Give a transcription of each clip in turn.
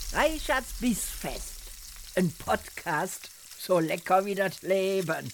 Reichards Bissfest. Ein Podcast so lecker wie das Leben.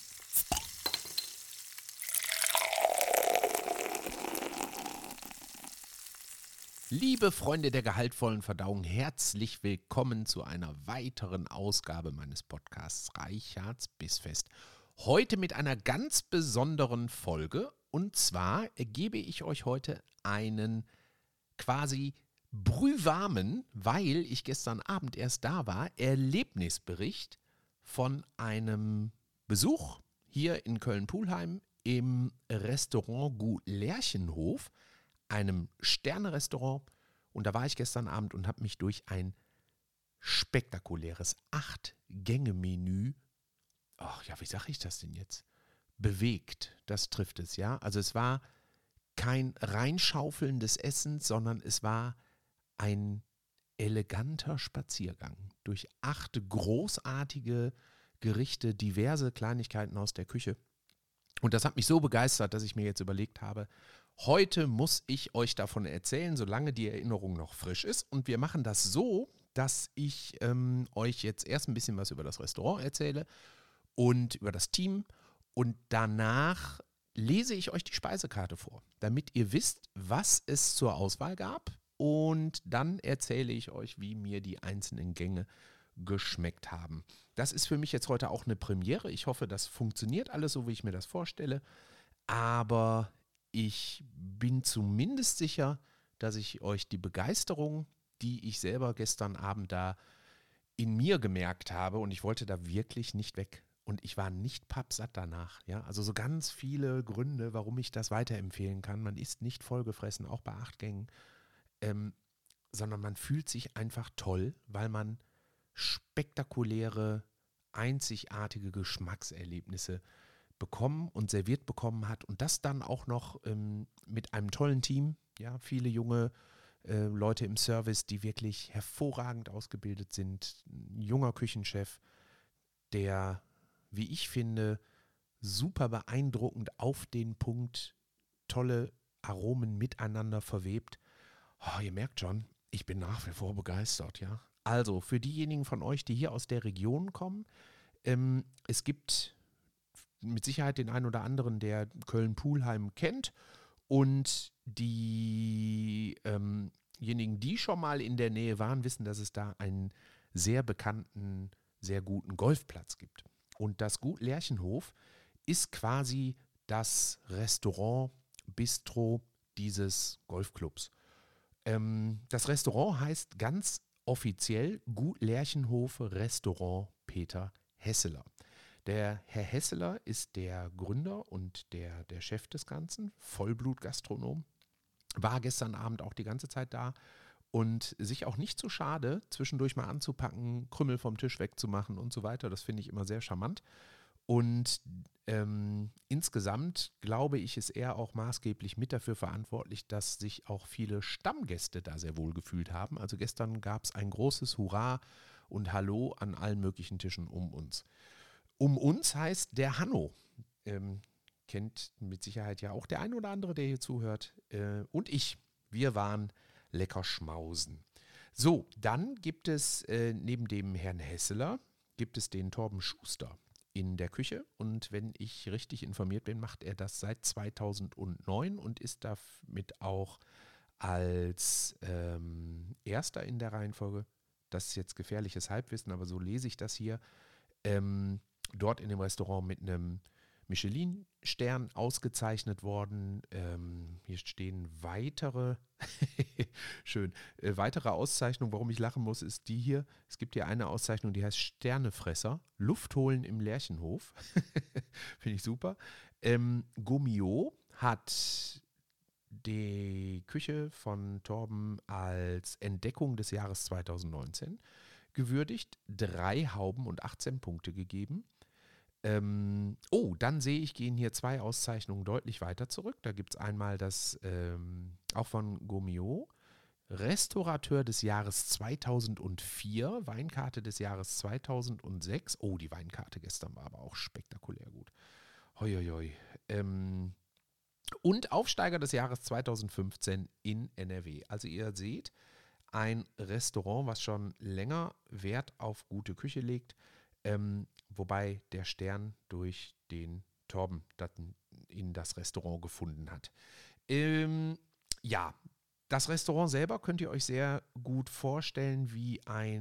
Liebe Freunde der gehaltvollen Verdauung, herzlich willkommen zu einer weiteren Ausgabe meines Podcasts Reichards Bissfest. Heute mit einer ganz besonderen Folge, und zwar gebe ich euch heute einen quasi brühwarmen, weil ich gestern Abend erst da war, Erlebnisbericht von einem Besuch hier in Köln-Pulheim im Restaurant Gut Lerchenhof, einem Sterne-Restaurant. Und da war ich gestern Abend und habe mich durch ein spektakuläres 8-Gänge-Menü, wie sage ich das denn jetzt, bewegt. Das trifft es, ja. Also es war kein Reinschaufeln des Essens, sondern es war ein eleganter Spaziergang durch 8 großartige Gerichte, diverse Kleinigkeiten aus der Küche. Und das hat mich so begeistert, dass ich mir jetzt überlegt habe, heute muss ich euch davon erzählen, solange die Erinnerung noch frisch ist. Und wir machen das so, dass ich euch jetzt erst ein bisschen was über das Restaurant erzähle und über das Team. Und danach lese ich euch die Speisekarte vor, damit ihr wisst, was es zur Auswahl gab. Und dann erzähle ich euch, wie mir die einzelnen Gänge geschmeckt haben. Das ist für mich jetzt heute auch eine Premiere. Ich hoffe, das funktioniert alles so, wie ich mir das vorstelle. Aber ich bin zumindest sicher, dass ich euch die Begeisterung, die ich selber gestern Abend da in mir gemerkt habe, und ich wollte da wirklich nicht weg. Und ich war nicht pappsatt danach. Ja? Also so ganz viele Gründe, warum ich das weiterempfehlen kann. Man ist nicht vollgefressen, auch bei 8 Gängen, sondern man fühlt sich einfach toll, weil man spektakuläre, einzigartige Geschmackserlebnisse bekommen und serviert bekommen hat. Und das dann auch noch mit einem tollen Team. Ja, viele junge Leute im Service, die wirklich hervorragend ausgebildet sind. Ein junger Küchenchef, der, wie ich finde, super beeindruckend auf den Punkt tolle Aromen miteinander verwebt. Oh, ihr merkt schon, ich bin nach wie vor begeistert, ja. Also, für diejenigen von euch, die hier aus der Region kommen, es gibt mit Sicherheit den einen oder anderen, der Köln-Pulheim kennt, und diejenigen, die schon mal in der Nähe waren, wissen, dass es da einen sehr bekannten, sehr guten Golfplatz gibt. Und das Gut Lerchenhof ist quasi das Restaurant, Bistro dieses Golfclubs. Das Restaurant heißt ganz offiziell Gut Lerchenhof Restaurant Peter Hesseler. Der Herr Hesseler ist der Gründer und der Chef des Ganzen, Vollblut-Gastronom, war gestern Abend auch die ganze Zeit da und sich auch nicht zu schade, zwischendurch mal anzupacken, Krümel vom Tisch wegzumachen und so weiter. Das finde ich immer sehr charmant. Und insgesamt glaube ich, ist er auch maßgeblich mit dafür verantwortlich, dass sich auch viele Stammgäste da sehr wohl gefühlt haben. Also gestern gab es ein großes Hurra und Hallo an allen möglichen Tischen um uns. Um uns heißt der Hanno. Kennt mit Sicherheit ja auch der ein oder andere, der hier zuhört. Und ich. Wir waren lecker schmausen. So, dann gibt es neben dem Herrn Hesseler, gibt es den Torben Schuster in der Küche. Und wenn ich richtig informiert bin, macht er das seit 2009 und ist damit auch als Erster in der Reihenfolge. Das ist jetzt gefährliches Halbwissen, aber so lese ich das hier. Dort in dem Restaurant mit einem Michelin-Stern ausgezeichnet worden. Hier stehen weitere, weitere Auszeichnungen. Warum ich lachen muss, ist die hier. Es gibt hier eine Auszeichnung, die heißt Sternefresser, Luft holen im Lerchenhof. Finde ich super. Gummio hat die Küche von Torben als Entdeckung des Jahres 2019 gewürdigt, 3 Hauben und 18 Punkte gegeben. Dann sehe ich, gehen hier 2 Auszeichnungen deutlich weiter zurück. Da gibt es einmal das, auch von Gummio, Restaurateur des Jahres 2004, Weinkarte des Jahres 2006. Oh, die Weinkarte gestern war aber auch spektakulär gut. Hoi, hoi, hoi. Und Aufsteiger des Jahres 2015 in NRW. Also ihr seht, ein Restaurant, was schon länger Wert auf gute Küche legt, wobei der Stern durch den Torben in das Restaurant gefunden hat. Ja, das Restaurant selber könnt ihr euch sehr gut vorstellen wie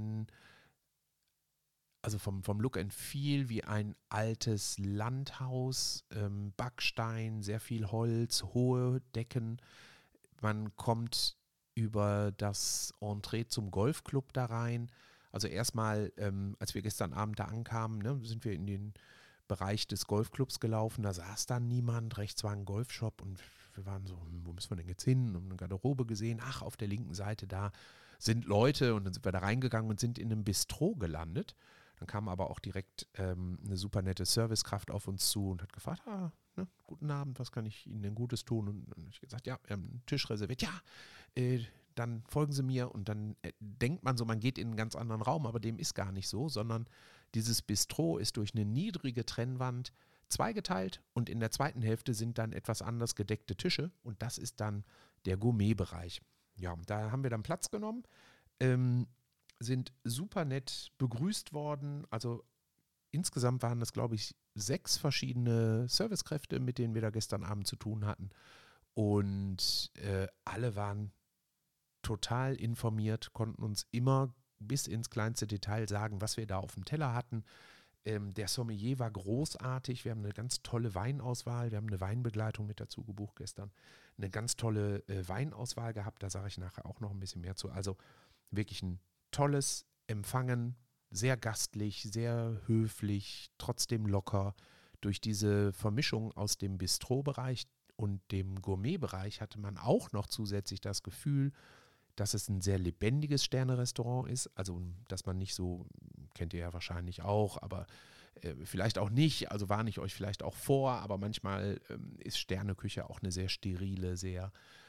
also vom Look and Feel, wie ein altes Landhaus, Backstein, sehr viel Holz, hohe Decken. Man kommt über das Entree zum Golfclub da rein. Also erstmal, als wir gestern Abend da ankamen, ne, sind wir in den Bereich des Golfclubs gelaufen. Da saß dann niemand. Rechts war ein Golfshop und wir waren so, wo müssen wir denn jetzt hin? Und eine Garderobe gesehen. Ach, auf der linken Seite da sind Leute. Und dann sind wir da reingegangen und sind in einem Bistro gelandet. Dann kam aber auch direkt eine super nette Servicekraft auf uns zu und hat gefragt, ne, guten Abend, was kann ich Ihnen denn Gutes tun? Und dann habe ich gesagt, ja, wir haben einen Tisch reserviert. Ja, dann folgen Sie mir. Und dann denkt man so, man geht in einen ganz anderen Raum, aber dem ist gar nicht so, sondern dieses Bistro ist durch eine niedrige Trennwand zweigeteilt und in der zweiten Hälfte sind dann etwas anders gedeckte Tische und das ist dann der Gourmetbereich. Ja, da haben wir dann Platz genommen, sind super nett begrüßt worden. Also insgesamt waren das, glaube ich, 6 verschiedene Servicekräfte, mit denen wir da gestern Abend zu tun hatten. Und alle waren total informiert, konnten uns immer bis ins kleinste Detail sagen, was wir da auf dem Teller hatten. Der Sommelier war großartig. Wir haben eine ganz tolle Weinauswahl. Wir haben eine Weinbegleitung mit dazu gebucht gestern. Eine ganz tolle Weinauswahl gehabt. Da sage ich nachher auch noch ein bisschen mehr zu. Also wirklich ein tolles Empfangen. Sehr gastlich, sehr höflich, trotzdem locker. Durch diese Vermischung aus dem Bistro-Bereich und dem Gourmet-Bereich hatte man auch noch zusätzlich das Gefühl, dass es ein sehr lebendiges Sterne-Restaurant ist. Also, dass man nicht so, kennt ihr ja wahrscheinlich auch, aber vielleicht auch nicht. Also warne ich euch vielleicht auch vor, aber manchmal ist Sterneküche auch eine sehr sterile, sehr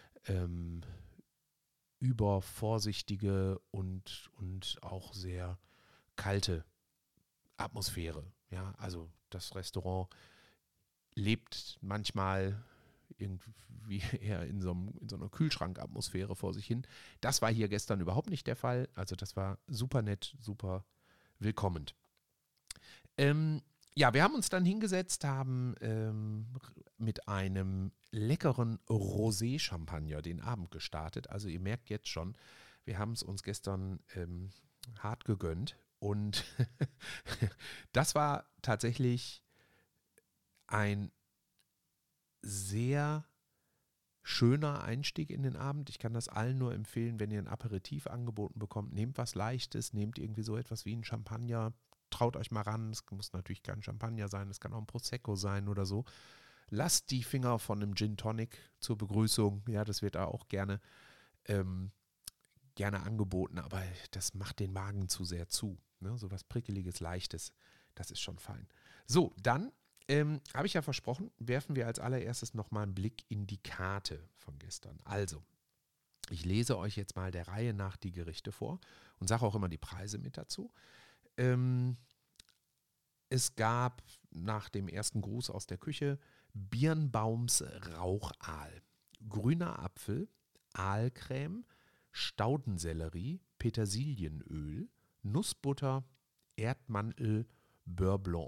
übervorsichtige und auch sehr kalte Atmosphäre. Ja, also das Restaurant lebt manchmal irgendwie eher in so einer Kühlschrankatmosphäre vor sich hin. Das war hier gestern überhaupt nicht der Fall. Also das war super nett, super willkommend. Ja, wir haben uns dann hingesetzt, haben mit einem leckeren Rosé-Champagner den Abend gestartet. Also ihr merkt jetzt schon, wir haben es uns gestern hart gegönnt. Und das war tatsächlich ein sehr schöner Einstieg in den Abend. Ich kann das allen nur empfehlen, wenn ihr ein Aperitif angeboten bekommt, nehmt was Leichtes, nehmt irgendwie so etwas wie ein Champagner, traut euch mal ran. Es muss natürlich kein Champagner sein, es kann auch ein Prosecco sein oder so. Lasst die Finger von einem Gin Tonic zur Begrüßung. Ja, das wird da auch gerne angeboten, aber das macht den Magen zu sehr zu. Ne? So was Prickeliges, Leichtes, das ist schon fein. So, dann habe ich ja versprochen, werfen wir als allererstes nochmal einen Blick in die Karte von gestern. Also, ich lese euch jetzt mal der Reihe nach die Gerichte vor und sage auch immer die Preise mit dazu. Es gab nach dem ersten Gruß aus der Küche Birnbaums Rauchaal, grüner Apfel, Aalcreme, Staudensellerie, Petersilienöl, Nussbutter, Erdmantel, Beurre Blanc.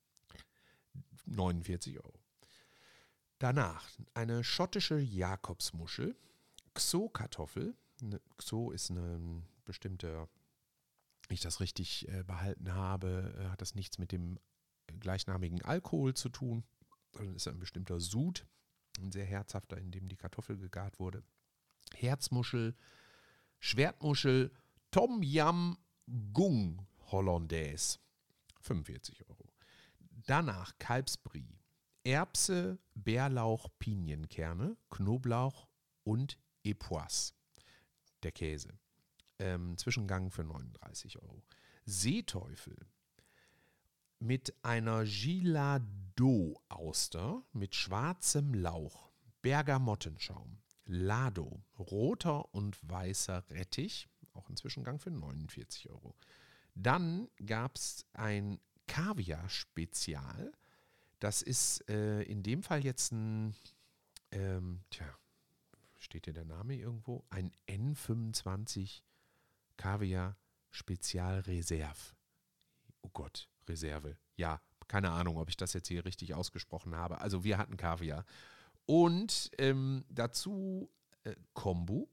49 €. Danach eine schottische Jakobsmuschel, Xo-Kartoffel. Xo ist eine bestimmte, wenn ich das richtig behalten habe, hat das nichts mit dem gleichnamigen Alkohol zu tun, sondern ist ein bestimmter Sud, ein sehr herzhafter, in dem die Kartoffel gegart wurde. Herzmuschel, Schwertmuschel, Tom Yam Gung Hollandaise, 45 €. Danach Kalbsbrie, Erbse, Bärlauch, Pinienkerne, Knoblauch und Epoisse, der Käse. Zwischengang für 39 €. Seeteufel mit einer Gilardeau-Auster mit schwarzem Lauch, Bergamottenschaum, Lado, roter und weißer Rettich, auch ein Zwischengang für 49 €. Dann gab es ein Kaviar-Spezial. Das ist in dem Fall jetzt ein, steht hier der Name irgendwo? Ein N25 Kaviar Spezial Reserve. Oh Gott, Reserve. Ja, keine Ahnung, ob ich das jetzt hier richtig ausgesprochen habe. Also wir hatten Kaviar. Und dazu Kombu,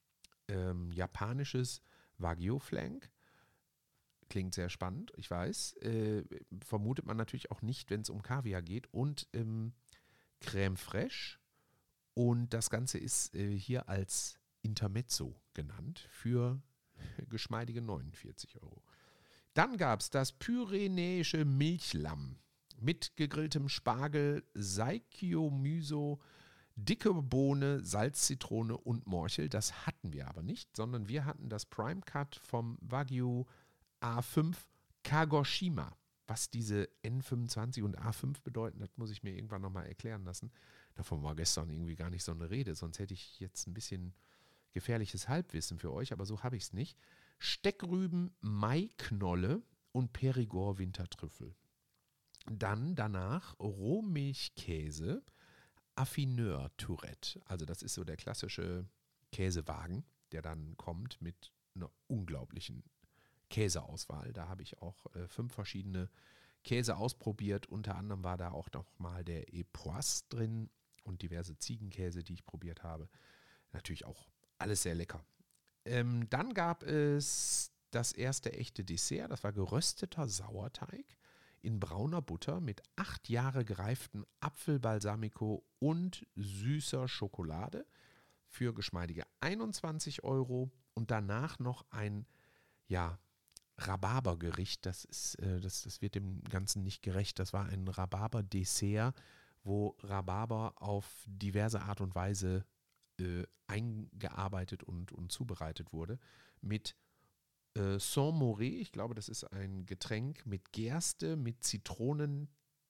japanisches Wagyu-Flank. Klingt sehr spannend, ich weiß. Vermutet man natürlich auch nicht, wenn es um Kaviar geht. Und Crème fraîche. Und das Ganze ist hier als Intermezzo genannt für geschmeidige 49 Euro. Dann gab es das pyrenäische Milchlamm mit gegrilltem Spargel, Saikyo Miso, dicke Bohne, Salz, Zitrone und Morchel. Das hatten wir aber nicht, sondern wir hatten das Prime Cut vom Wagyu A5 Kagoshima. Was diese N25 und A5 bedeuten, das muss ich mir irgendwann nochmal erklären lassen. Davon war gestern irgendwie gar nicht so eine Rede, sonst hätte ich jetzt ein bisschen gefährliches Halbwissen für euch, aber so habe ich es nicht. Steckrüben, Maiknolle und Perigord Wintertrüffel. Dann danach Rohmilchkäse, Affineur Tourette. Also das ist so der klassische Käsewagen, der dann kommt mit einer unglaublichen Käseauswahl. Da habe ich auch 5 verschiedene Käse ausprobiert. Unter anderem war da auch noch mal der Epoisse drin und diverse Ziegenkäse, die ich probiert habe. Natürlich auch alles sehr lecker. Dann gab es das erste echte Dessert. Das war gerösteter Sauerteig in brauner Butter mit 8 Jahre gereiften Apfelbalsamico und süßer Schokolade für geschmeidige 21 Euro. Und danach noch ein, ja, Rhabarbergericht. Das wird dem Ganzen nicht gerecht. Das war ein Rhabarber-Dessert, wo Rhabarber auf diverse Art und Weise eingearbeitet und zubereitet wurde. Mit Saint-Moré, ich glaube, das ist ein Getränk mit Gerste, mit Zitronen,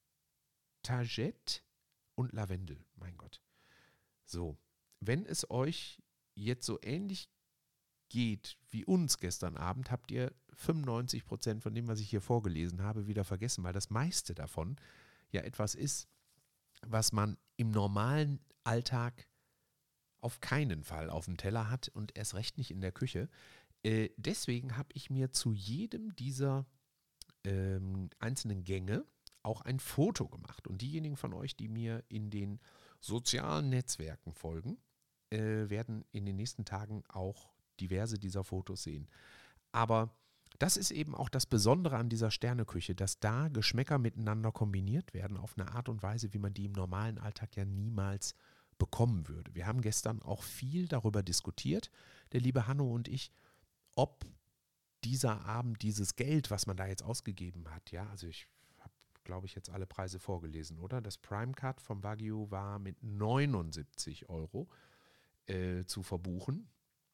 Tagette und Lavendel. Mein Gott. So, wenn es euch jetzt so ähnlich geht wie uns gestern Abend, habt ihr 95% von dem, was ich hier vorgelesen habe, wieder vergessen, weil das meiste davon ja etwas ist, was man im normalen Alltag auf keinen Fall auf dem Teller hat und erst recht nicht in der Küche. Deswegen habe ich mir zu jedem dieser einzelnen Gänge auch ein Foto gemacht. Und diejenigen von euch, die mir in den sozialen Netzwerken folgen, werden in den nächsten Tagen auch diverse dieser Fotos sehen. Aber das ist eben auch das Besondere an dieser Sterneküche, dass da Geschmäcker miteinander kombiniert werden auf eine Art und Weise, wie man die im normalen Alltag ja niemals bekommen würde. Wir haben gestern auch viel darüber diskutiert, der liebe Hanno und ich, ob dieser Abend, dieses Geld, was man da jetzt ausgegeben hat, ja, also ich habe, glaube ich, jetzt alle Preise vorgelesen, oder? Das Prime Cut vom Wagyu war mit 79 Euro zu verbuchen.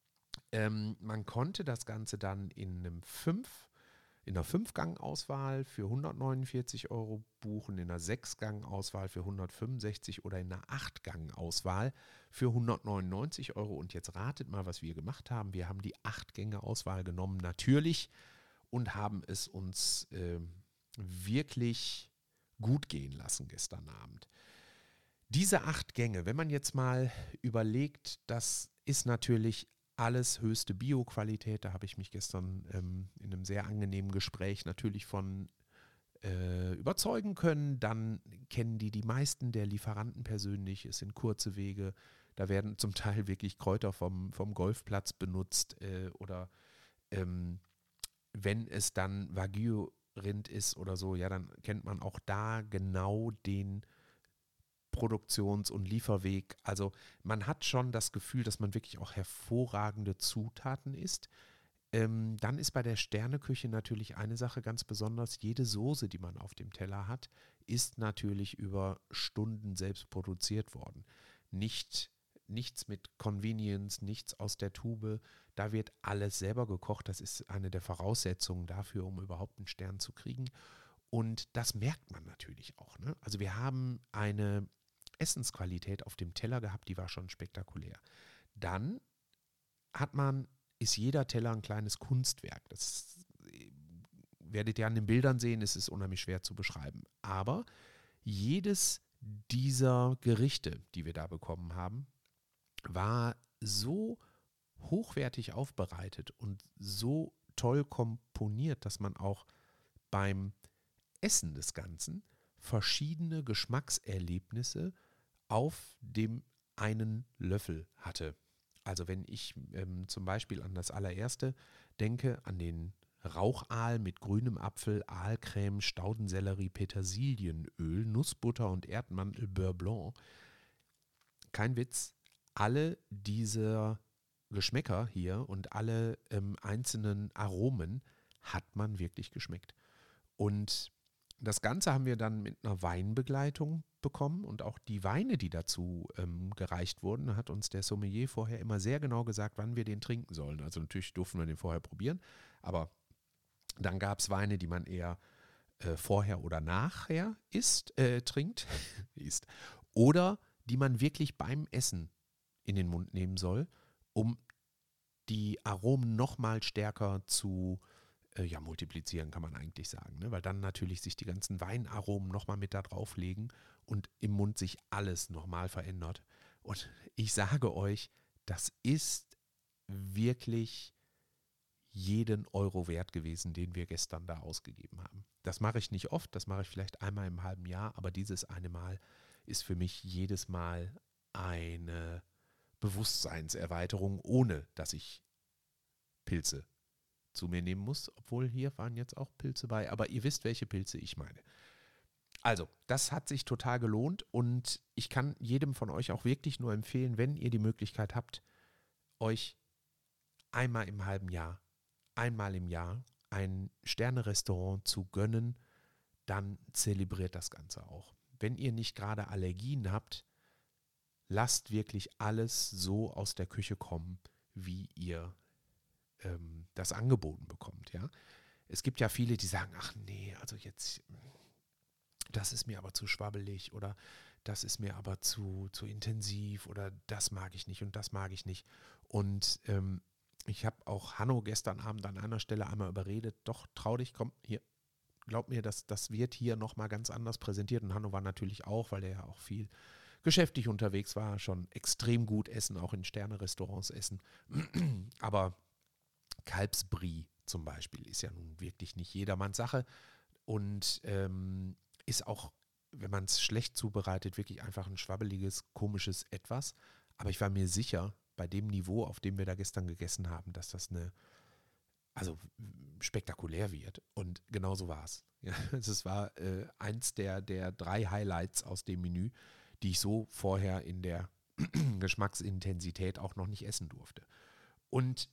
Man konnte das Ganze dann in einer 5-Gang-Auswahl für 149 Euro buchen, in einer 6-Gang-Auswahl für 165 oder in einer 8-Gang-Auswahl für 199 Euro. Und jetzt ratet mal, was wir gemacht haben. Wir haben die 8-Gänge-Auswahl genommen, natürlich, und haben es uns wirklich gut gehen lassen gestern Abend. Diese 8 Gänge, wenn man jetzt mal überlegt, das ist natürlich alles höchste Bio-Qualität. Da habe ich mich gestern in einem sehr angenehmen Gespräch natürlich von überzeugen können. Dann kennen die meisten der Lieferanten persönlich. Es sind kurze Wege. Da werden zum Teil wirklich Kräuter vom Golfplatz benutzt. Oder wenn es dann Wagyu-Rind ist oder so, ja, dann kennt man auch da genau den Produktions- und Lieferweg. Also man hat schon das Gefühl, dass man wirklich auch hervorragende Zutaten isst. Dann ist bei der Sterneküche natürlich eine Sache ganz besonders. Jede Soße, die man auf dem Teller hat, ist natürlich über Stunden selbst produziert worden. Nichts mit Convenience, nichts aus der Tube. Da wird alles selber gekocht. Das ist eine der Voraussetzungen dafür, um überhaupt einen Stern zu kriegen. Und das merkt man natürlich auch, ne? Also wir haben eine Essensqualität auf dem Teller gehabt, die war schon spektakulär. Dann ist jeder Teller ein kleines Kunstwerk. Das werdet ihr an den Bildern sehen, es ist unheimlich schwer zu beschreiben. Aber jedes dieser Gerichte, die wir da bekommen haben, war so hochwertig aufbereitet und so toll komponiert, dass man auch beim Essen des Ganzen verschiedene Geschmackserlebnisse auf dem einen Löffel hatte. Also wenn ich zum Beispiel an das allererste denke, an den Rauchaal mit grünem Apfel, Aalcreme, Staudensellerie, Petersilienöl, Nussbutter und Erdmantel Beurre Blanc. Kein Witz, alle diese Geschmäcker hier und alle einzelnen Aromen hat man wirklich geschmeckt. Und das Ganze haben wir dann mit einer Weinbegleitung bekommen und auch die Weine, die dazu gereicht wurden, hat uns der Sommelier vorher immer sehr genau gesagt, wann wir den trinken sollen. Also natürlich durften wir den vorher probieren, aber dann gab es Weine, die man eher vorher oder nachher trinkt, isst, oder die man wirklich beim Essen in den Mund nehmen soll, um die Aromen nochmal stärker zu multiplizieren, kann man eigentlich sagen. Ne? Weil dann natürlich sich die ganzen Weinaromen nochmal mit da drauflegen und im Mund sich alles nochmal verändert. Und ich sage euch, das ist wirklich jeden Euro wert gewesen, den wir gestern da ausgegeben haben. Das mache ich nicht oft, das mache ich vielleicht einmal im halben Jahr, aber dieses eine Mal ist für mich jedes Mal eine Bewusstseinserweiterung, ohne dass ich Pilze zu mir nehmen muss, obwohl hier waren jetzt auch Pilze bei, aber ihr wisst, welche Pilze ich meine. Also, das hat sich total gelohnt und ich kann jedem von euch auch wirklich nur empfehlen, wenn ihr die Möglichkeit habt, euch einmal im halben Jahr, einmal im Jahr ein Sterne-Restaurant zu gönnen, dann zelebriert das Ganze auch. Wenn ihr nicht gerade Allergien habt, lasst wirklich alles so aus der Küche kommen, wie ihr das angeboten bekommt. Ja? Es gibt ja viele, die sagen, ach nee, also jetzt, das ist mir aber zu schwabbelig oder das ist mir aber zu intensiv oder das mag ich nicht und das mag ich nicht. Und ich habe auch Hanno gestern Abend an einer Stelle einmal überredet, doch trau dich, komm hier, glaub mir, das wird hier nochmal ganz anders präsentiert. Und Hanno war natürlich auch, weil er ja auch viel geschäftlich unterwegs war, schon extrem gut essen, auch in Sterne-Restaurants essen. Aber Kalbsbrie zum Beispiel ist ja nun wirklich nicht jedermanns Sache und ist auch, wenn man es schlecht zubereitet, wirklich einfach ein schwabbeliges, komisches Etwas. Aber ich war mir sicher, bei dem Niveau, auf dem wir da gestern gegessen haben, dass das spektakulär wird. Und genauso war es. Ja, es war eins der 3 Highlights aus dem Menü, die ich so vorher in der Geschmacksintensität auch noch nicht essen durfte. Und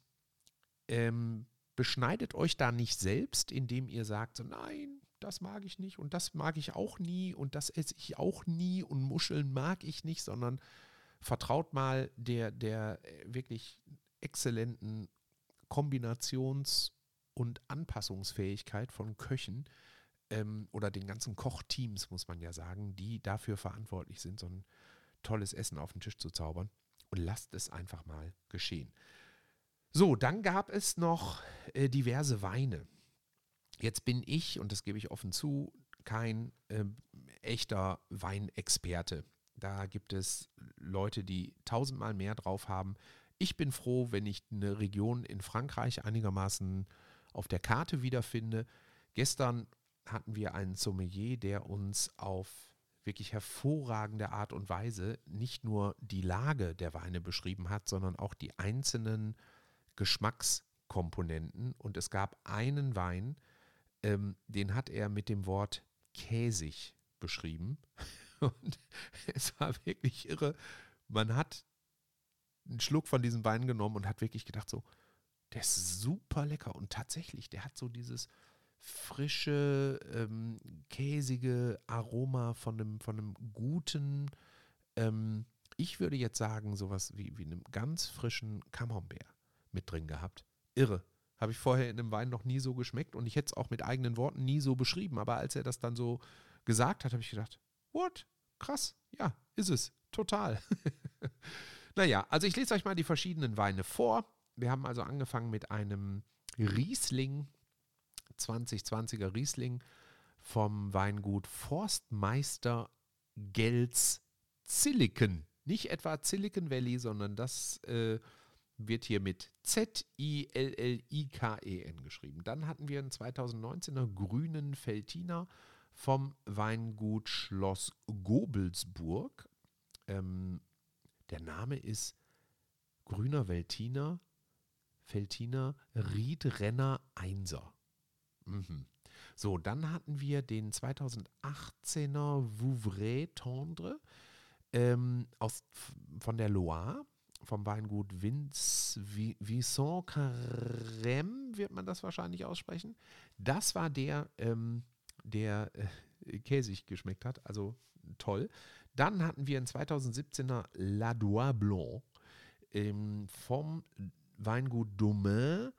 beschneidet euch da nicht selbst, indem ihr sagt, so, nein, das mag ich nicht und das mag ich auch nie und das esse ich auch nie und Muscheln mag ich nicht, sondern vertraut mal der wirklich exzellenten Kombinations- und Anpassungsfähigkeit von Köchen oder den ganzen Kochteams, muss man ja sagen, die dafür verantwortlich sind, so ein tolles Essen auf den Tisch zu zaubern. Und lasst es einfach mal geschehen. So, dann gab es noch diverse Weine. Jetzt bin ich, und das gebe ich offen zu, kein echter Weinexperte. Da gibt es Leute, die 1000-mal mehr drauf haben. Ich bin froh, wenn ich eine Region in Frankreich einigermaßen auf der Karte wiederfinde. Gestern hatten wir einen Sommelier, der uns auf wirklich hervorragende Art und Weise nicht nur die Lage der Weine beschrieben hat, sondern auch die einzelnen Geschmackskomponenten. Und es gab einen Wein, den hat er mit dem Wort käsig beschrieben. Und es war wirklich irre. Man hat einen Schluck von diesem Wein genommen und hat wirklich gedacht so, der ist super lecker. Und tatsächlich, der hat so dieses frische, käsige Aroma von einem guten, ich würde jetzt sagen, sowas wie einem ganz frischen Camembert mit drin gehabt. Irre. Habe ich vorher in einem Wein noch nie so geschmeckt und ich hätte es auch mit eigenen Worten nie so beschrieben. Aber als er das dann so gesagt hat, habe ich gedacht, what? Krass. Ja, ist es. Total. Naja, also ich lese euch mal die verschiedenen Weine vor. Wir haben also angefangen mit einem Riesling, 2020er Riesling vom Weingut Forstmeister Gels Zilliken. Nicht etwa Silicon Valley, sondern das wird hier mit Zilliken geschrieben. Dann hatten wir einen 2019er grünen Veltliner vom Weingut Schloss Gobelsburg. Der Name ist grüner Veltliner Riedrenner 1er. Mhm. So, dann hatten wir den 2018er Vouvray Tendre von der Loire, vom Weingut Vincent Carême, wird man das wahrscheinlich aussprechen. Das war der käsig geschmeckt hat, also toll. Dann hatten wir einen 2017er Ladois Blanc vom Weingut Domain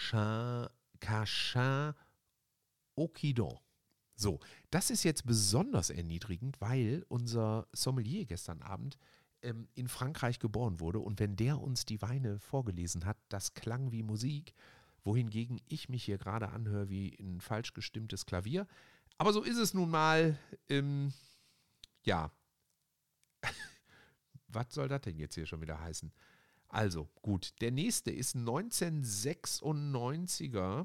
Cachin Okidon. So, das ist jetzt besonders erniedrigend, weil unser Sommelier gestern Abend in Frankreich geboren wurde und wenn der uns die Weine vorgelesen hat, das klang wie Musik, wohingegen ich mich hier gerade anhöre wie ein falsch gestimmtes Klavier. Aber so ist es nun mal. Ja, was soll das denn jetzt hier schon wieder heißen? Also, gut, der nächste ist 1996er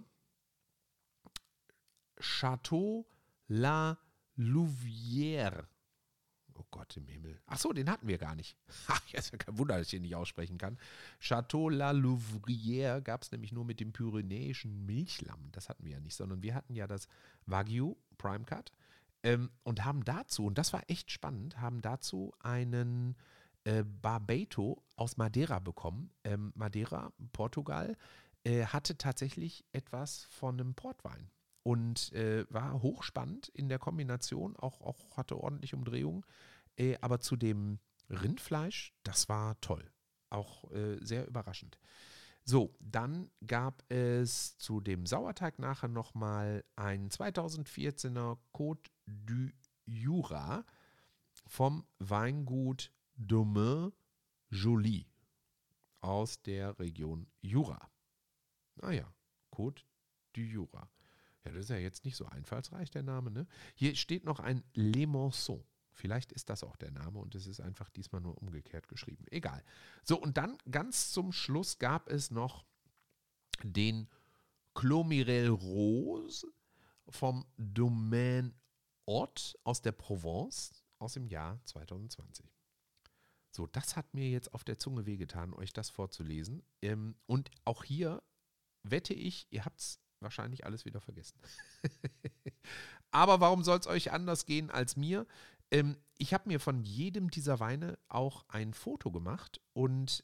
Chateau La Louvière. Oh Gott im Himmel. Achso, den hatten wir gar nicht. Ist ja kein Wunder, dass ich den nicht aussprechen kann. Chateau La Louvière gab es nämlich nur mit dem pyrenäischen Milchlamm. Das hatten wir ja nicht, sondern wir hatten ja das Wagyu Prime Cut und haben dazu, und das war echt spannend, haben dazu einen Barbeito aus Madeira bekommen. Madeira, Portugal, hatte tatsächlich etwas von einem Portwein. Und war hochspannend in der Kombination, auch hatte ordentlich Umdrehungen. Aber zu dem Rindfleisch, das war toll. Auch sehr überraschend. So, dann gab es zu dem Sauerteig nachher nochmal einen 2014er Côte du Jura vom Weingut Domaine Joly aus der Region Jura. Naja, Côte du Jura. Ja, das ist ja jetzt nicht so einfallsreich, der Name, ne? Hier steht noch ein Le Monceau. Vielleicht ist das auch der Name und es ist einfach diesmal nur umgekehrt geschrieben. Egal. So, und dann ganz zum Schluss gab es noch den Clos-Mirel Rose vom Domaine Haute aus der Provence aus dem Jahr 2020. So, das hat mir jetzt auf der Zunge wehgetan, euch das vorzulesen. Und auch hier wette ich, ihr habt es wahrscheinlich alles wieder vergessen. Aber warum soll es euch anders gehen als mir? Ich habe mir von jedem dieser Weine auch ein Foto gemacht und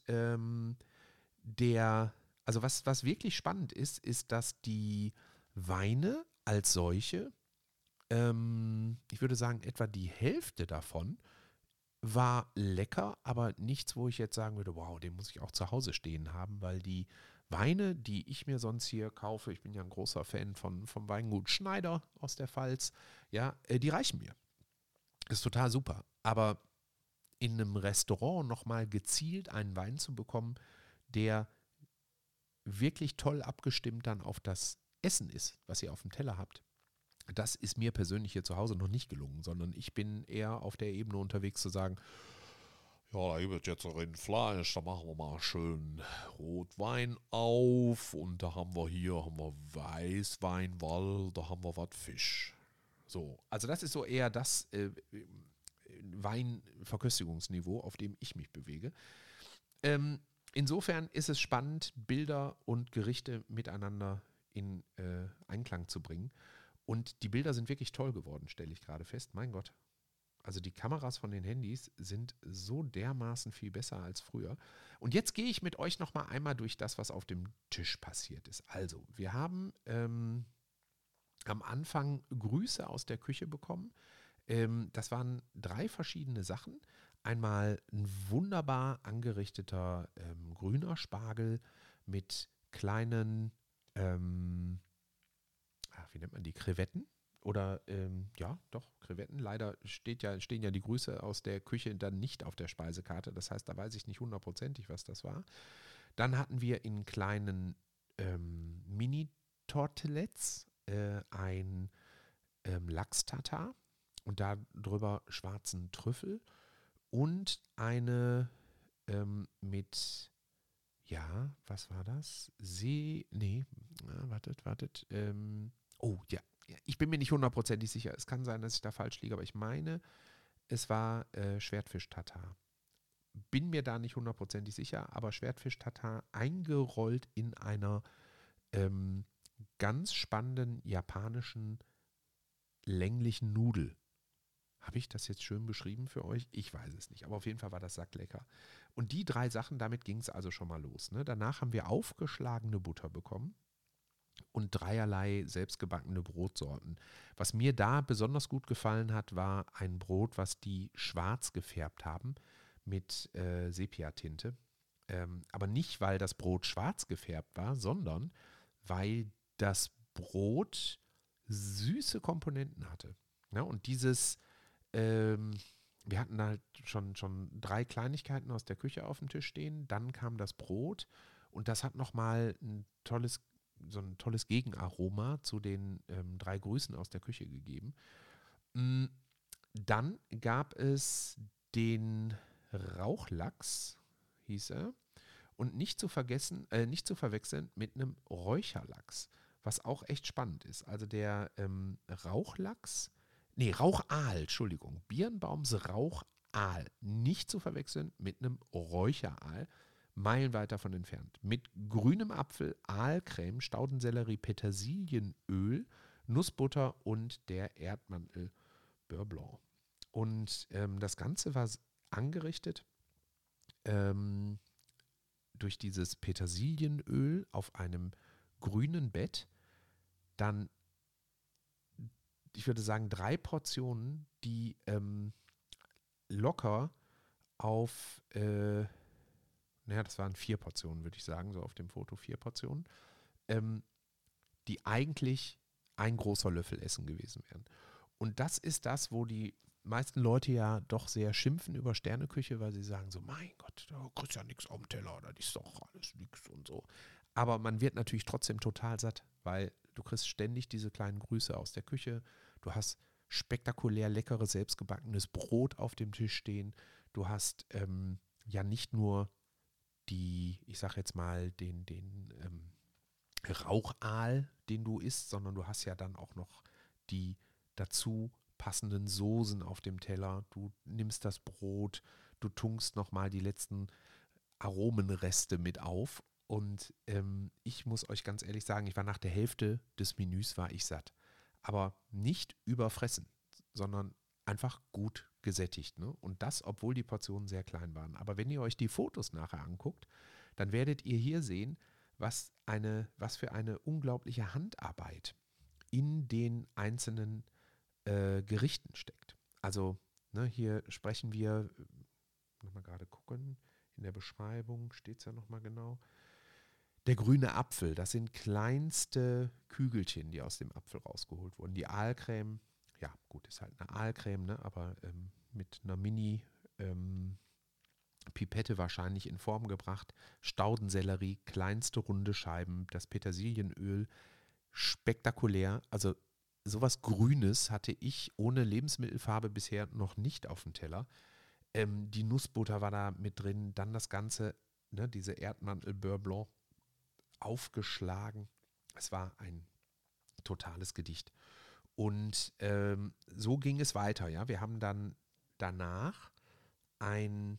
was wirklich spannend ist, dass die Weine als solche, ich würde sagen, etwa die Hälfte davon war lecker, aber nichts, wo ich jetzt sagen würde, wow, den muss ich auch zu Hause stehen haben, weil die Weine, die ich mir sonst hier kaufe, ich bin ja ein großer Fan vom Weingut Schneider aus der Pfalz, ja, die reichen mir. Ist total super. Aber in einem Restaurant nochmal gezielt einen Wein zu bekommen, der wirklich toll abgestimmt dann auf das Essen ist, was ihr auf dem Teller habt, das ist mir persönlich hier zu Hause noch nicht gelungen, sondern ich bin eher auf der Ebene unterwegs zu sagen, ja, da gibt es jetzt Rindfleisch, da machen wir mal schön Rotwein auf und da haben wir Weißwein, weil da haben wir was Fisch. So, also das ist so eher das Weinverköstigungsniveau, auf dem ich mich bewege. Insofern ist es spannend, Bilder und Gerichte miteinander in Einklang zu bringen. Und die Bilder sind wirklich toll geworden, stelle ich gerade fest. Mein Gott. Also die Kameras von den Handys sind so dermaßen viel besser als früher. Und jetzt gehe ich mit euch nochmal einmal durch das, was auf dem Tisch passiert ist. Also, wir haben am Anfang Grüße aus der Küche bekommen. Das waren 3 verschiedene Sachen. Einmal ein wunderbar angerichteter grüner Spargel mit kleinen, wie nennt man die, Krevetten? Oder, ja, doch, Krevetten. Leider stehen ja die Grüße aus der Küche dann nicht auf der Speisekarte. Das heißt, da weiß ich nicht hundertprozentig, was das war. Dann hatten wir in kleinen Mini-Tortelettes ein Lachs-Tatar und da drüber schwarzen Trüffel und eine mit was war das? Wartet. Ja, ich bin mir nicht hundertprozentig sicher. Es kann sein, dass ich da falsch liege, aber ich meine, es war Schwertfisch-Tatar. Bin mir da nicht hundertprozentig sicher, aber Schwertfisch-Tatar eingerollt in einer ganz spannenden japanischen länglichen Nudel. Habe ich das jetzt schön beschrieben für euch? Ich weiß es nicht, aber auf jeden Fall war das sacklecker. Und die 3 Sachen, damit ging es also schon mal los. Ne? Danach haben wir aufgeschlagene Butter bekommen und dreierlei selbstgebackene Brotsorten. Was mir da besonders gut gefallen hat, war ein Brot, was die schwarz gefärbt haben mit Sepiatinte. Aber nicht, weil das Brot schwarz gefärbt war, sondern weil das Brot süße Komponenten hatte. Ja, und wir hatten halt schon 3 Kleinigkeiten aus der Küche auf dem Tisch stehen, dann kam das Brot und das hat nochmal so ein tolles Gegenaroma zu den 3 Grüßen aus der Küche gegeben. Dann gab es den Rauchlachs, hieß er, und nicht zu verwechseln mit einem Räucherlachs, was auch echt spannend ist. Also der Rauchaal, Entschuldigung, Birnbaums Rauchaal, nicht zu verwechseln mit einem Räucheraal, meilenweit davon entfernt. Mit grünem Apfel, Aalcreme, Staudensellerie, Petersilienöl, Nussbutter und der Erdmantel Beurre Blanc. Und das Ganze war angerichtet durch dieses Petersilienöl auf einem grünen Bett. Dann, ich würde sagen, 3 Portionen, die locker auf, das waren 4 Portionen, würde ich sagen, so auf dem Foto 4 Portionen, die eigentlich ein großer Löffel Essen gewesen wären. Und das ist das, wo die meisten Leute ja doch sehr schimpfen über Sterneküche, weil sie sagen so, mein Gott, da kriegst ja nichts auf dem Teller, das ist doch alles nix und so. Aber man wird natürlich trotzdem total satt, weil du kriegst ständig diese kleinen Grüße aus der Küche, du hast spektakulär leckeres, selbstgebackenes Brot auf dem Tisch stehen, du hast ja nicht nur ich sag jetzt mal, den Rauchaal, den du isst, sondern du hast ja dann auch noch die dazu passenden Soßen auf dem Teller. Du nimmst das Brot, du tunkst nochmal die letzten Aromenreste mit auf. Und ich muss euch ganz ehrlich sagen, ich war nach der Hälfte des Menüs war ich satt. Aber nicht überfressen, sondern einfach gut gesättigt. Ne? Und das, obwohl die Portionen sehr klein waren. Aber wenn ihr euch die Fotos nachher anguckt, dann werdet ihr hier sehen, was für eine unglaubliche Handarbeit in den einzelnen Gerichten steckt. Also hier sprechen wir, nochmal gerade gucken, in der Beschreibung steht es ja nochmal genau, der grüne Apfel, das sind kleinste Kügelchen, die aus dem Apfel rausgeholt wurden. Die Aalcreme, ja gut, ist halt eine Aalcreme, ne, aber mit einer Pipette wahrscheinlich in Form gebracht. Staudensellerie, kleinste runde Scheiben, das Petersilienöl, spektakulär. Also sowas Grünes hatte ich ohne Lebensmittelfarbe bisher noch nicht auf dem Teller. Die Nussbutter war da mit drin, dann das Ganze, ne, diese Erdmantel Beurre Blanc aufgeschlagen. Es war ein totales Gedicht. Und so ging es weiter. Ja, wir haben dann danach dann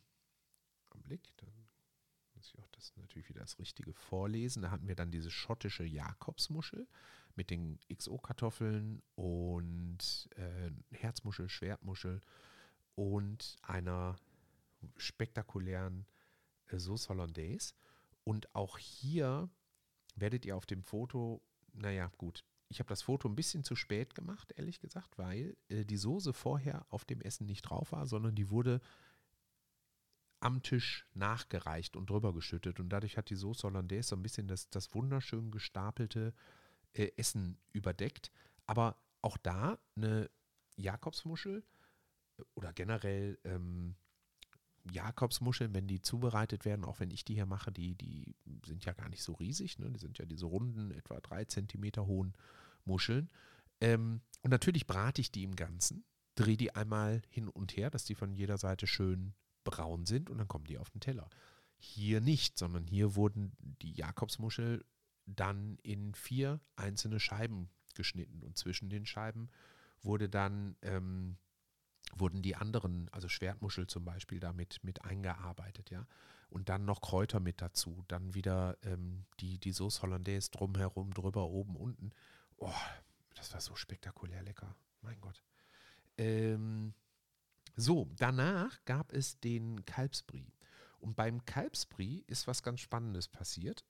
muss ich auch das natürlich wieder das Richtige vorlesen. Da hatten wir dann diese schottische Jakobsmuschel mit den XO-Kartoffeln und Herzmuschel, Schwertmuschel und einer spektakulären Sauce Hollandaise. Und auch hier werdet ihr auf dem Foto, naja, gut, ich habe das Foto ein bisschen zu spät gemacht, ehrlich gesagt, weil die Soße vorher auf dem Essen nicht drauf war, sondern die wurde am Tisch nachgereicht und drüber geschüttet. Und dadurch hat die Sauce Hollandaise so ein bisschen das wunderschön gestapelte Essen überdeckt. Aber auch da eine Jakobsmuschel oder generell Jakobsmuscheln, wenn die zubereitet werden, auch wenn ich die hier mache, die sind ja gar nicht so riesig. Ne? Die sind ja diese runden, etwa 3 Zentimeter hohen Muscheln. Und natürlich brate ich die im Ganzen, drehe die einmal hin und her, dass die von jeder Seite schön braun sind und dann kommen die auf den Teller. Hier nicht, sondern hier wurden die Jakobsmuschel dann in 4 einzelne Scheiben geschnitten und zwischen den Scheiben wurden die anderen, also Schwertmuschel zum Beispiel, damit mit eingearbeitet, ja. Und dann noch Kräuter mit dazu, dann wieder die Sauce Hollandaise drumherum, drüber, oben, unten. Oh, das war so spektakulär lecker, mein Gott. So, danach gab es den Kalbsbrie. Und beim Kalbsbrie ist was ganz Spannendes passiert.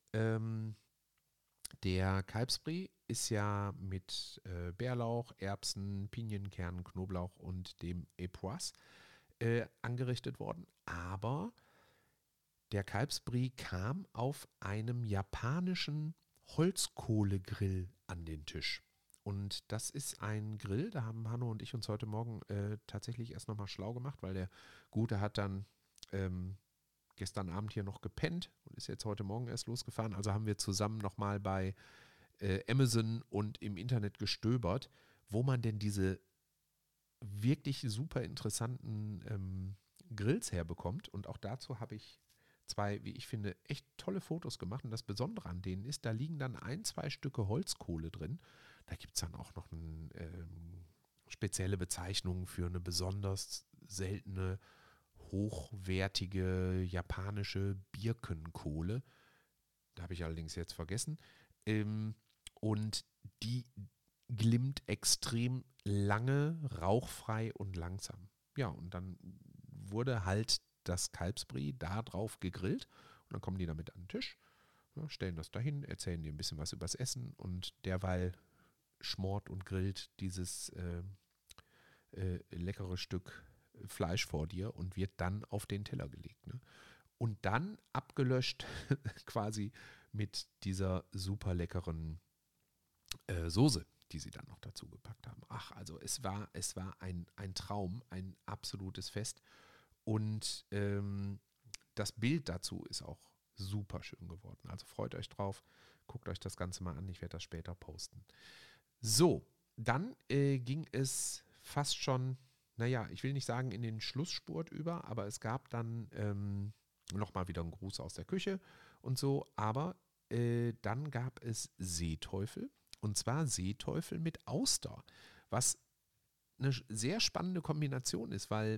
Der Kalbsbrie ist ja mit Bärlauch, Erbsen, Pinienkernen, Knoblauch und dem Epoisse angerichtet worden. Aber der Kalbsbrie kam auf einem japanischen Holzkohlegrill an den Tisch. Und das ist ein Grill, da haben Hanno und ich uns heute Morgen tatsächlich erst nochmal schlau gemacht, weil der Gute hat dann gestern Abend hier noch gepennt und ist jetzt heute Morgen erst losgefahren. Also haben wir zusammen nochmal bei Amazon und im Internet gestöbert, wo man denn diese wirklich super interessanten Grills herbekommt. Und auch dazu habe ich 2, wie ich finde, echt tolle Fotos gemacht. Und das Besondere an denen ist, da liegen dann 2 Stücke Holzkohle drin. Da gibt es dann auch noch eine spezielle Bezeichnung für eine besonders seltene, hochwertige japanische Birkenkohle. Da habe ich allerdings jetzt vergessen. Und die glimmt extrem lange, rauchfrei und langsam. Ja, und dann wurde halt das Kalbsbrie da drauf gegrillt und dann kommen die damit an den Tisch, ja, stellen das dahin, erzählen dir ein bisschen was übers Essen und derweil schmort und grillt dieses leckere Stück Fleisch vor dir und wird dann auf den Teller gelegt. Ne? Und dann abgelöscht quasi mit dieser super leckeren Soße, die sie dann noch dazu gepackt haben. Ach, also es war ein Traum, ein absolutes Fest. Und das Bild dazu ist auch super schön geworden. Also freut euch drauf, guckt euch das Ganze mal an. Ich werde das später posten. So, dann ging es fast schon, naja, ich will nicht sagen in den Schlussspurt über, aber es gab dann nochmal wieder einen Gruß aus der Küche und so. Aber dann gab es Seeteufel. Und zwar Seeteufel mit Auster, was eine sehr spannende Kombination ist, weil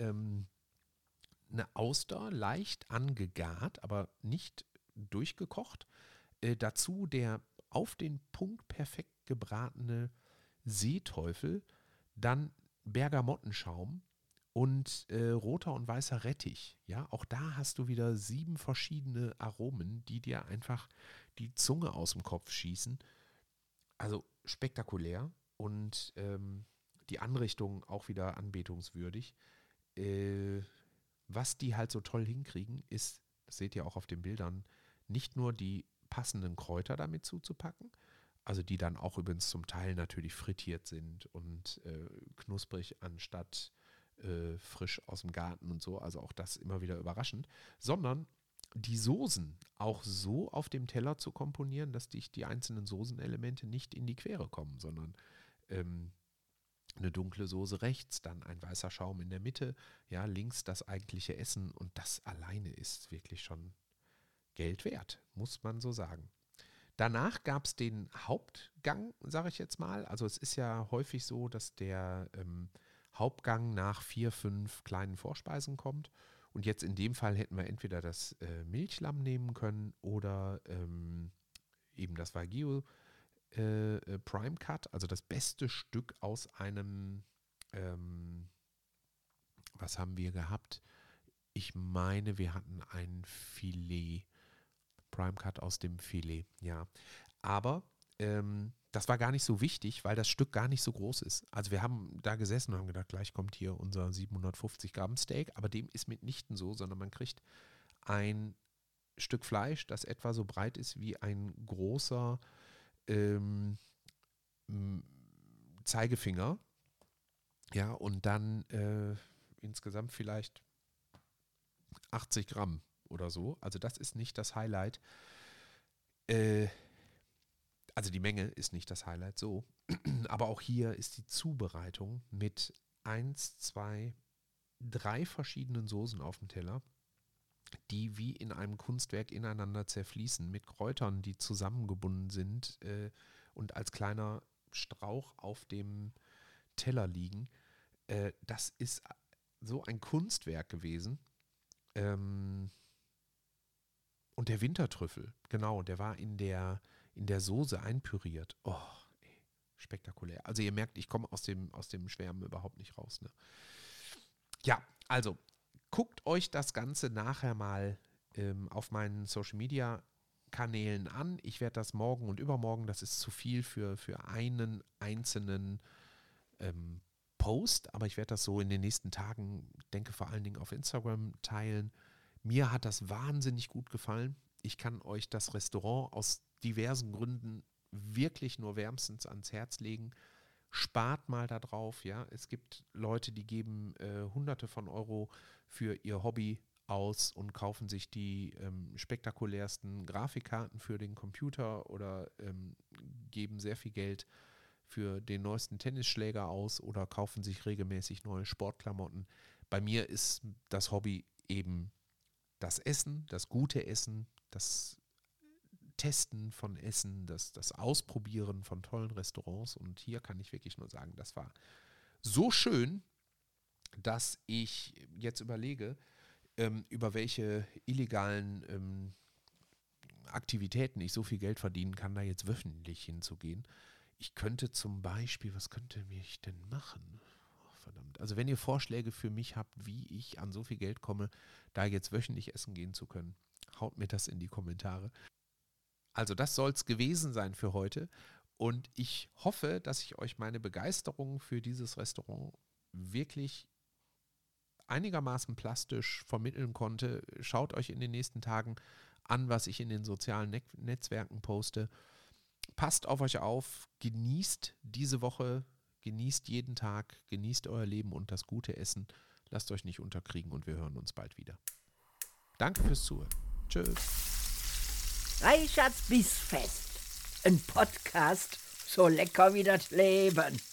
eine Auster leicht angegart, aber nicht durchgekocht. Dazu der auf den Punkt perfekt gebratene Seeteufel, dann Bergamottenschaum und roter und weißer Rettich. Ja, auch da hast du wieder 7 verschiedene Aromen, die dir einfach die Zunge aus dem Kopf schießen. Also spektakulär und die Anrichtung auch wieder anbetungswürdig. Was die halt so toll hinkriegen, ist, das seht ihr auch auf den Bildern, nicht nur die passenden Kräuter damit zuzupacken, also die dann auch übrigens zum Teil natürlich frittiert sind und knusprig anstatt frisch aus dem Garten und so, also auch das immer wieder überraschend, sondern die Soßen auch so auf dem Teller zu komponieren, dass die einzelnen Soßenelemente nicht in die Quere kommen, sondern eine dunkle Soße rechts, dann ein weißer Schaum in der Mitte, ja, links das eigentliche Essen und das alleine ist wirklich schon Geld wert, muss man so sagen. Danach gab es den Hauptgang, sage ich jetzt mal. Also es ist ja häufig so, dass der Hauptgang nach 4, 5 kleinen Vorspeisen kommt. Und jetzt in dem Fall hätten wir entweder das Milchlamm nehmen können oder eben das Wagyu Prime Cut, also das beste Stück aus einem, was haben wir gehabt? Ich meine, wir hatten ein Filet, Prime Cut aus dem Filet, ja. Aber das war gar nicht so wichtig, weil das Stück gar nicht so groß ist. Also wir haben da gesessen und haben gedacht, gleich kommt hier unser 750 Gramm Steak, aber dem ist mitnichten so, sondern man kriegt ein Stück Fleisch, das etwa so breit ist wie ein großer Zeigefinger, ja, und dann insgesamt vielleicht 80 Gramm oder so. Also das ist nicht das Highlight. Also die Menge ist nicht das Highlight so. Aber auch hier ist die Zubereitung mit 1, 2, 3 verschiedenen Soßen auf dem Teller die wie in einem Kunstwerk ineinander zerfließen, mit Kräutern, die zusammengebunden sind und als kleiner Strauch auf dem Teller liegen. Das ist so ein Kunstwerk gewesen. Und der Wintertrüffel, genau, der war in der Soße einpüriert. Oh, ey, spektakulär. Also ihr merkt, ich komme aus dem Schwärmen überhaupt nicht raus. Ne? Ja, also guckt euch das Ganze nachher mal auf meinen Social-Media-Kanälen an. Ich werde das morgen und übermorgen, das ist zu viel für einen einzelnen Post, aber ich werde das so in den nächsten Tagen, denke vor allen Dingen auf Instagram teilen. Mir hat das wahnsinnig gut gefallen. Ich kann euch das Restaurant aus diversen Gründen wirklich nur wärmstens ans Herz legen. Spart mal da drauf, ja. Es gibt Leute, die geben Hunderte von Euro für ihr Hobby aus und kaufen sich die spektakulärsten Grafikkarten für den Computer oder geben sehr viel Geld für den neuesten Tennisschläger aus oder kaufen sich regelmäßig neue Sportklamotten. Bei mir ist das Hobby eben das Essen, das gute Essen, das Testen von Essen, das Ausprobieren von tollen Restaurants. Und hier kann ich wirklich nur sagen, das war so schön, dass ich jetzt überlege, über welche illegalen Aktivitäten ich so viel Geld verdienen kann, da jetzt wöchentlich hinzugehen. Ich könnte zum Beispiel, was könnte ich denn machen? Oh, verdammt. Also wenn ihr Vorschläge für mich habt, wie ich an so viel Geld komme, da jetzt wöchentlich essen gehen zu können, haut mir das in die Kommentare. Also das soll es gewesen sein für heute. Und ich hoffe, dass ich euch meine Begeisterung für dieses Restaurant wirklich einigermaßen plastisch vermitteln konnte. Schaut euch in den nächsten Tagen an, was ich in den sozialen Netzwerken poste. Passt auf euch auf, genießt diese Woche, genießt jeden Tag, genießt euer Leben und das gute Essen. Lasst euch nicht unterkriegen und wir hören uns bald wieder. Danke fürs Zuhören. Tschüss. Reichards Bissfest. Ein Podcast so lecker wie das Leben.